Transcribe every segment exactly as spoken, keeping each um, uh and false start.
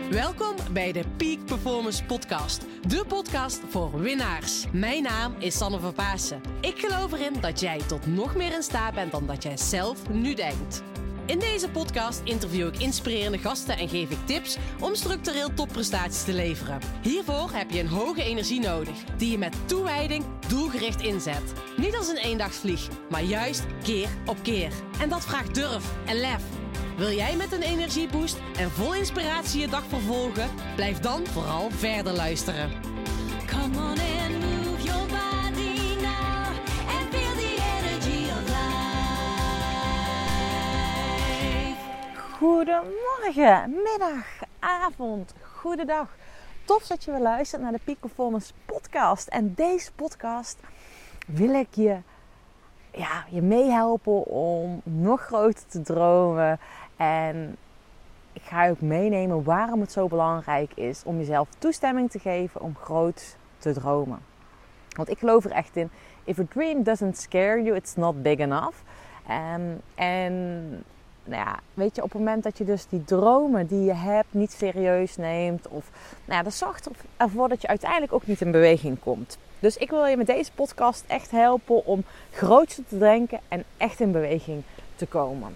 Welkom bij de Peak Performance Podcast. De podcast voor winnaars. Mijn naam is Sanne van Paassen. Ik geloof erin dat jij tot nog meer in staat bent dan dat jij zelf nu denkt. In deze podcast interview ik inspirerende gasten en geef ik tips om structureel topprestaties te leveren. Hiervoor heb je een hoge energie nodig, die je met toewijding doelgericht inzet. Niet als een eendagsvlieg, maar juist keer op keer. En dat vraagt durf en lef. Wil jij met een energieboost en vol inspiratie je dag vervolgen? Blijf dan vooral verder luisteren. Come on and move your body now and feel the energy of life. Goedemorgen, middag, avond, goedendag. Tof dat je weer luistert naar de Peak Performance Podcast. En deze podcast wil ik je, ja, je meehelpen om nog groter te dromen. En ik ga je ook meenemen waarom het zo belangrijk is om jezelf toestemming te geven om groot te dromen. Want ik geloof er echt in, if a dream doesn't scare you, it's not big enough. Um, en nou ja, weet je, op het moment dat je dus die dromen die je hebt niet serieus neemt, of nou ja, dat zorgt ervoor dat je uiteindelijk ook niet in beweging komt. Dus ik wil je met deze podcast echt helpen om grootste te denken en echt in beweging te komen.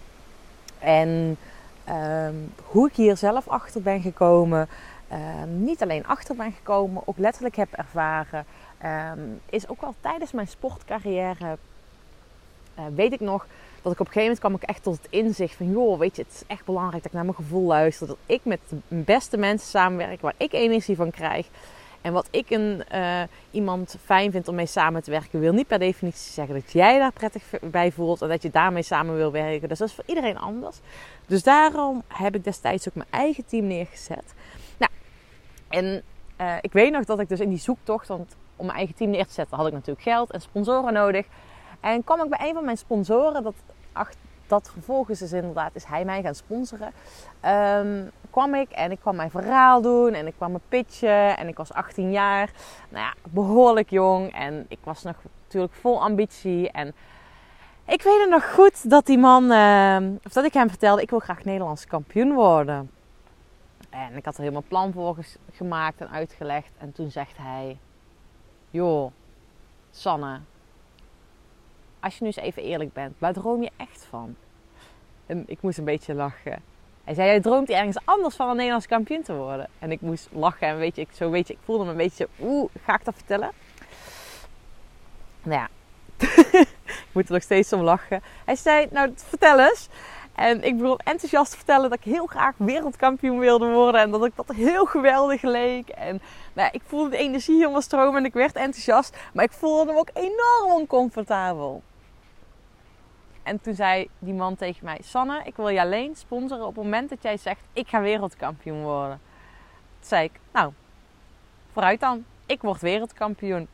En um, hoe ik hier zelf achter ben gekomen, um, niet alleen achter ben gekomen, ook letterlijk heb ervaren, um, is ook wel tijdens mijn sportcarrière, uh, weet ik nog, dat ik op een gegeven moment kwam ik echt tot het inzicht van, joh, weet je, het is echt belangrijk dat ik naar mijn gevoel luister, dat ik met de beste mensen samenwerk, waar ik energie van krijg. En wat ik een, uh, iemand fijn vind om mee samen te werken, wil niet per definitie zeggen dat jij daar prettig bij voelt en dat je daarmee samen wil werken. Dus dat is voor iedereen anders. Dus daarom heb ik destijds ook mijn eigen team neergezet. Nou, en uh, ik weet nog dat ik dus in die zoektocht, want om mijn eigen team neer te zetten had ik natuurlijk geld en sponsoren nodig. En kwam ik bij een van mijn sponsoren, dat, ach, dat vervolgens is inderdaad, is hij mij gaan sponsoren. Um, kwam ik en ik kwam mijn verhaal doen en ik kwam me pitchen en ik was achttien jaar. Nou ja, behoorlijk jong en ik was nog natuurlijk vol ambitie. En ik weet het nog goed dat die man, uh, of dat ik hem vertelde, ik wil graag Nederlands kampioen worden. En ik had er helemaal een plan voor gemaakt en uitgelegd. En toen zegt hij, joh, Sanne, als je nu eens even eerlijk bent, waar droom je echt van? En ik moest een beetje lachen. Hij zei, jij droomt ergens anders van een Nederlands kampioen te worden. En ik moest lachen en weet je, ik, zo weet je, ik voelde me een beetje zo, oeh, ga ik dat vertellen? Nou ja, ik moet er nog steeds om lachen. Hij zei, nou vertel eens. En ik begon enthousiast te vertellen dat ik heel graag wereldkampioen wilde worden. En dat ik dat heel geweldig leek. En nou ja, ik voelde de energie helemaal stromen en ik werd enthousiast. Maar ik voelde me ook enorm oncomfortabel. En toen zei die man tegen mij, Sanne, ik wil je alleen sponsoren op het moment dat jij zegt, ik ga wereldkampioen worden. Toen zei ik, nou, vooruit dan. Ik word wereldkampioen.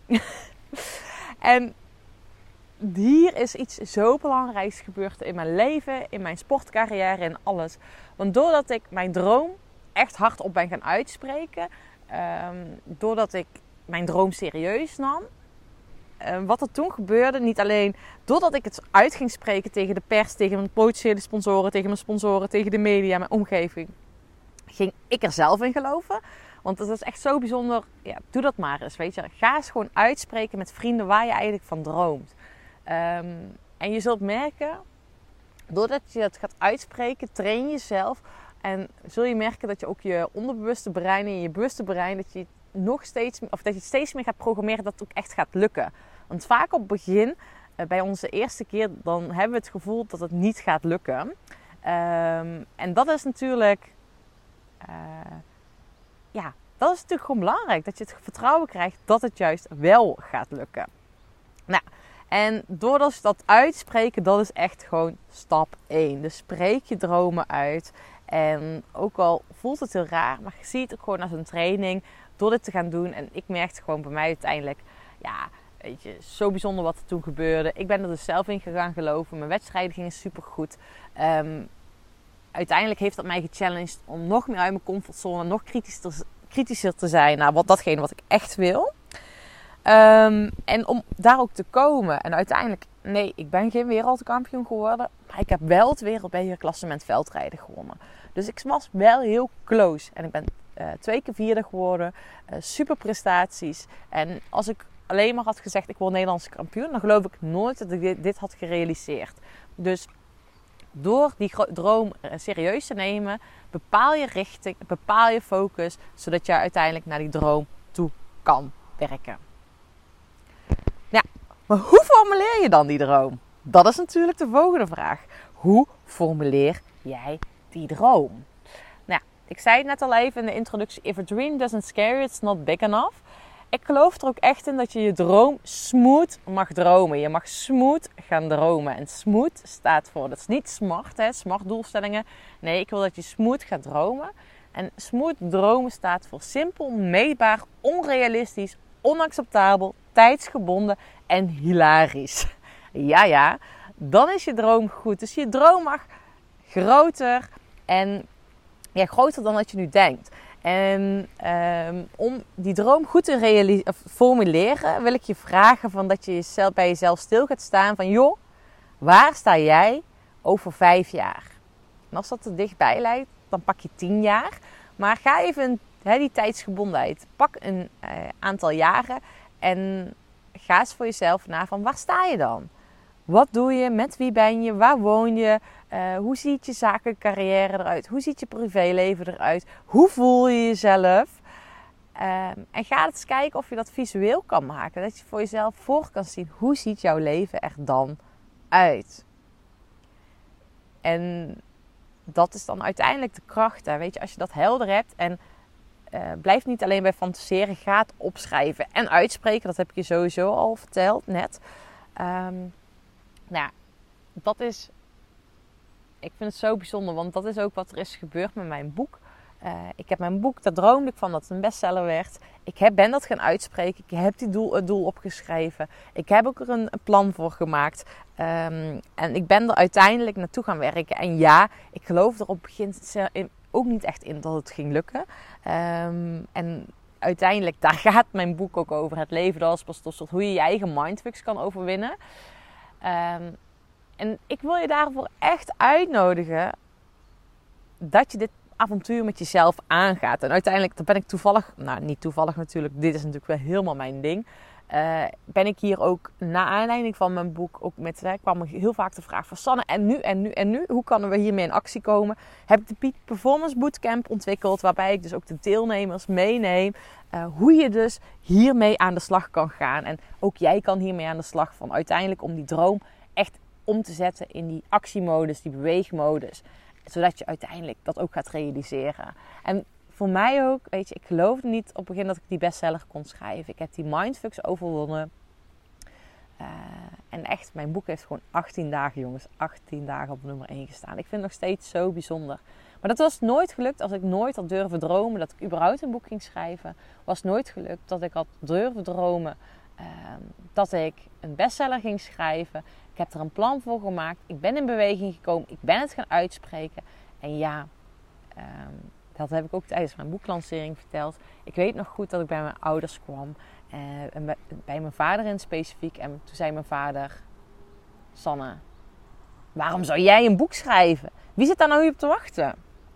En hier is iets zo belangrijks gebeurd in mijn leven, in mijn sportcarrière, in alles. Want doordat ik mijn droom echt hardop ben gaan uitspreken, um, doordat ik mijn droom serieus nam, Uh, wat er toen gebeurde, niet alleen doordat ik het uit ging spreken tegen de pers, tegen mijn potentiële sponsoren, tegen mijn sponsoren, tegen de media, mijn omgeving, ging ik er zelf in geloven. Want dat is echt zo bijzonder. Ja, doe dat maar eens, weet je. Ga eens gewoon uitspreken met vrienden waar je eigenlijk van droomt. Um, en je zult merken, doordat je het gaat uitspreken, train jezelf. En zul je merken dat je ook je onderbewuste brein en je bewuste brein, dat je nog steeds, of dat je steeds meer gaat programmeren dat het ook echt gaat lukken. Want vaak op het begin, bij onze eerste keer, dan hebben we het gevoel dat het niet gaat lukken. Um, en dat is natuurlijk, uh, ja, dat is natuurlijk gewoon belangrijk. Dat je het vertrouwen krijgt dat het juist wel gaat lukken. Nou, en doordat dat uitspreken, dat is echt gewoon stap één. Dus spreek je dromen uit. En ook al voelt het heel raar, maar je ziet het ook gewoon als een training door dit te gaan doen. En ik merkte gewoon bij mij uiteindelijk, ja, weet je, zo bijzonder wat er toen gebeurde. Ik ben er dus zelf in gaan geloven. Mijn wedstrijden gingen supergoed. Um, uiteindelijk heeft dat mij gechallenged om nog meer uit mijn comfortzone, nog kritischer, kritischer te zijn naar wat, datgene wat ik echt wil. Um, en om daar ook te komen. En uiteindelijk, nee, ik ben geen wereldkampioen geworden. Maar ik heb wel het wereldbekerklassement veldrijden gewonnen. Dus ik was wel heel close. En ik ben uh, twee keer vierde geworden. Uh, super prestaties. En als ik alleen maar had gezegd, ik word Nederlandse kampioen, dan geloof ik nooit dat ik dit, dit had gerealiseerd. Dus door die gro- droom serieus te nemen, bepaal je richting, bepaal je focus, zodat je uiteindelijk naar die droom toe kan werken. Ja, maar hoe formuleer je dan die droom? Dat is natuurlijk de volgende vraag. Hoe formuleer jij die droom? Nou, ik zei het net al even in de introductie. If a dream doesn't scare you, it's not big enough. Ik geloof er ook echt in dat je je droom smooth mag dromen. Je mag smooth gaan dromen. En smooth staat voor, dat is niet smart, hè, smart doelstellingen. Nee, ik wil dat je smooth gaat dromen. En smooth dromen staat voor simpel, meetbaar, onrealistisch, onacceptabel, tijdsgebonden en hilarisch. Ja, ja, dan is je droom goed. Dus je droom mag groter en ja, groter dan wat je nu denkt. En um, om die droom goed te realis- of formuleren, wil ik je vragen van dat je jezelf, bij jezelf stil gaat staan van, joh, waar sta jij over vijf jaar? En als dat te dichtbij lijkt, dan pak je tien jaar. Maar ga even he, die tijdsgebondenheid. Pak een uh, aantal jaren en ga eens voor jezelf na van, waar sta je dan? Wat doe je? Met wie ben je? Waar woon je? Uh, hoe ziet je zakelijke carrière eruit? Hoe ziet je privéleven eruit? Hoe voel je jezelf? Uh, en ga eens kijken of je dat visueel kan maken. Dat je voor jezelf voor kan zien. Hoe ziet jouw leven er dan uit? En dat is dan uiteindelijk de kracht. Hè? Weet je, als je dat helder hebt en uh, blijf niet alleen bij fantaseren. Ga het opschrijven en uitspreken. Dat heb ik je sowieso al verteld net. Um, nou, dat is... Ik vind het zo bijzonder, want dat is ook wat er is gebeurd met mijn boek. Uh, ik heb mijn boek, daar droomde ik van dat het een bestseller werd. Ik heb, ben dat gaan uitspreken. Ik heb die doel, het doel opgeschreven. Ik heb ook er een, een plan voor gemaakt. Um, en ik ben er uiteindelijk naartoe gaan werken. En ja, ik geloof er op het begin ook niet echt in dat het ging lukken. Um, en uiteindelijk, daar gaat mijn boek ook over. Het leven als pas tot hoe je je eigen mindfucks kan overwinnen. Um, En ik wil je daarvoor echt uitnodigen dat je dit avontuur met jezelf aangaat. En uiteindelijk, dan ben ik toevallig, nou niet toevallig natuurlijk, dit is natuurlijk wel helemaal mijn ding. Uh, ben ik hier ook, na aanleiding van mijn boek, ook met, hè, kwam er heel vaak de vraag van Sanne, en nu, en nu, en nu? Hoe kunnen we hiermee in actie komen? Heb ik de Peak Performance Bootcamp ontwikkeld, waarbij ik dus ook de deelnemers meeneem. Uh, hoe je dus hiermee aan de slag kan gaan. En ook jij kan hiermee aan de slag van uiteindelijk om die droom echt om te zetten in die actiemodus, die beweegmodus. Zodat je uiteindelijk dat ook gaat realiseren. En voor mij ook, weet je, ik geloofde niet op het begin dat ik die bestseller kon schrijven. Ik heb die mindfucks overwonnen. Uh, en echt, mijn boek heeft gewoon achttien dagen, jongens. achttien dagen op nummer één gestaan. Ik vind het nog steeds zo bijzonder. Maar dat was nooit gelukt als ik nooit had durven dromen dat ik überhaupt een boek ging schrijven. Was nooit gelukt dat ik had durven dromen uh, dat ik een bestseller ging schrijven. Ik heb er een plan voor gemaakt. Ik ben in beweging gekomen. Ik ben het gaan uitspreken. En ja, um, dat heb ik ook tijdens mijn boeklancering verteld. Ik weet nog goed dat ik bij mijn ouders kwam. Uh, en bij, bij mijn vader in specifiek. En toen zei mijn vader: Sanne, waarom zou jij een boek schrijven? Wie zit daar nou op te wachten?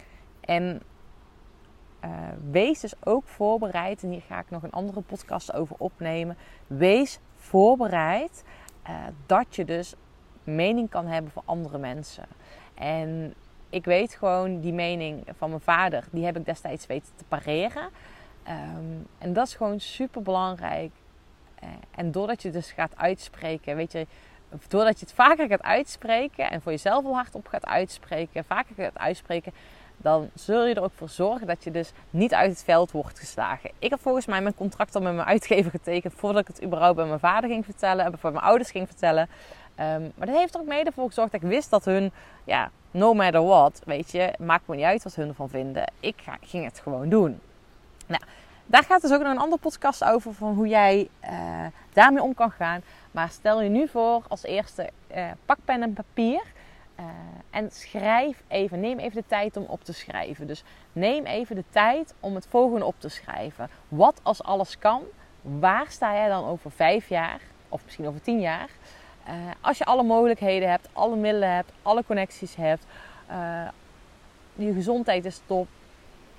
En uh, wees dus ook voorbereid. En hier ga ik nog een andere podcast over opnemen. Wees voorbereid. Uh, dat je dus mening kan hebben voor andere mensen. En ik weet gewoon, die mening van mijn vader, die heb ik destijds weten te pareren. Um, en dat is gewoon super belangrijk. Uh, en doordat je dus gaat uitspreken, weet je, doordat je het vaker gaat uitspreken en voor jezelf al hardop gaat uitspreken, vaker gaat uitspreken, dan zul je er ook voor zorgen dat je dus niet uit het veld wordt geslagen. Ik heb volgens mij mijn contract al met mijn uitgever getekend voordat ik het überhaupt bij mijn vader ging vertellen, en bij mijn ouders ging vertellen. Um, maar dat heeft er ook mede voor gezorgd dat ik wist dat hun, ja, no matter what, weet je, maakt me niet uit wat hun ervan vinden. Ik ga, ging het gewoon doen. Nou, daar gaat dus ook nog een andere podcast over van hoe jij uh, daarmee om kan gaan. Maar stel je nu voor als eerste, uh, pak pen en papier. Uh, en schrijf even, neem even de tijd om op te schrijven. Dus neem even de tijd om het volgende op te schrijven. Wat als alles kan? Waar sta jij dan over vijf jaar? Of misschien over tien jaar? Uh, als je alle mogelijkheden hebt, alle middelen hebt, alle connecties hebt. Uh, je gezondheid is top.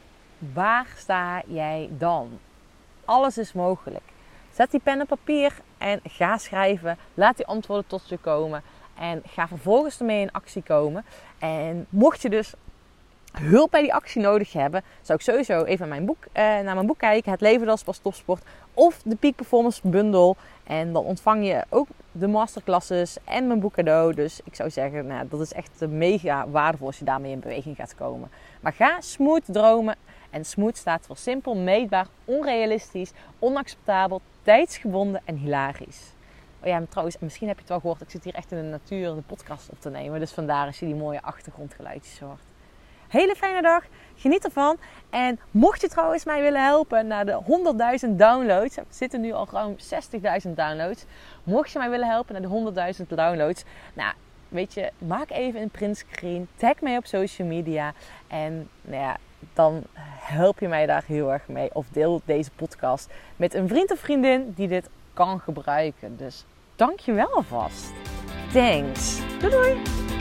waar sta jij dan? Alles is mogelijk. Zet die pen op papier en ga schrijven. Laat die antwoorden tot je komen. En ga vervolgens ermee in actie komen. En mocht je dus hulp bij die actie nodig hebben, zou ik sowieso even mijn boek, eh, naar mijn boek kijken. Het leven dat is pas topsport. Of de Peak Performance Bundle. En dan ontvang je ook de masterclasses en mijn boek cadeau. Dus ik zou zeggen, nou, dat is echt mega waardevol als je daarmee in beweging gaat komen. Maar ga smooth dromen. En smooth staat voor simpel, meetbaar, onrealistisch, onacceptabel, tijdsgebonden en hilarisch. Oh ja, trouwens, misschien heb je het wel gehoord. Ik zit hier echt in de natuur de podcast op te nemen. Dus vandaar als je die mooie achtergrondgeluidjes hoort. Hele fijne dag. Geniet ervan. En mocht je trouwens mij willen helpen naar de honderdduizend downloads. We zitten nu al ruim zestigduizend downloads. Mocht je mij willen helpen naar de honderdduizend downloads. Nou, weet je, maak even een printscreen. Tag mij op social media. En nou ja, dan help je mij daar heel erg mee. Of deel deze podcast met een vriend of vriendin die dit kan gebruiken. Dus dank je wel alvast. Thanks. Doei doei.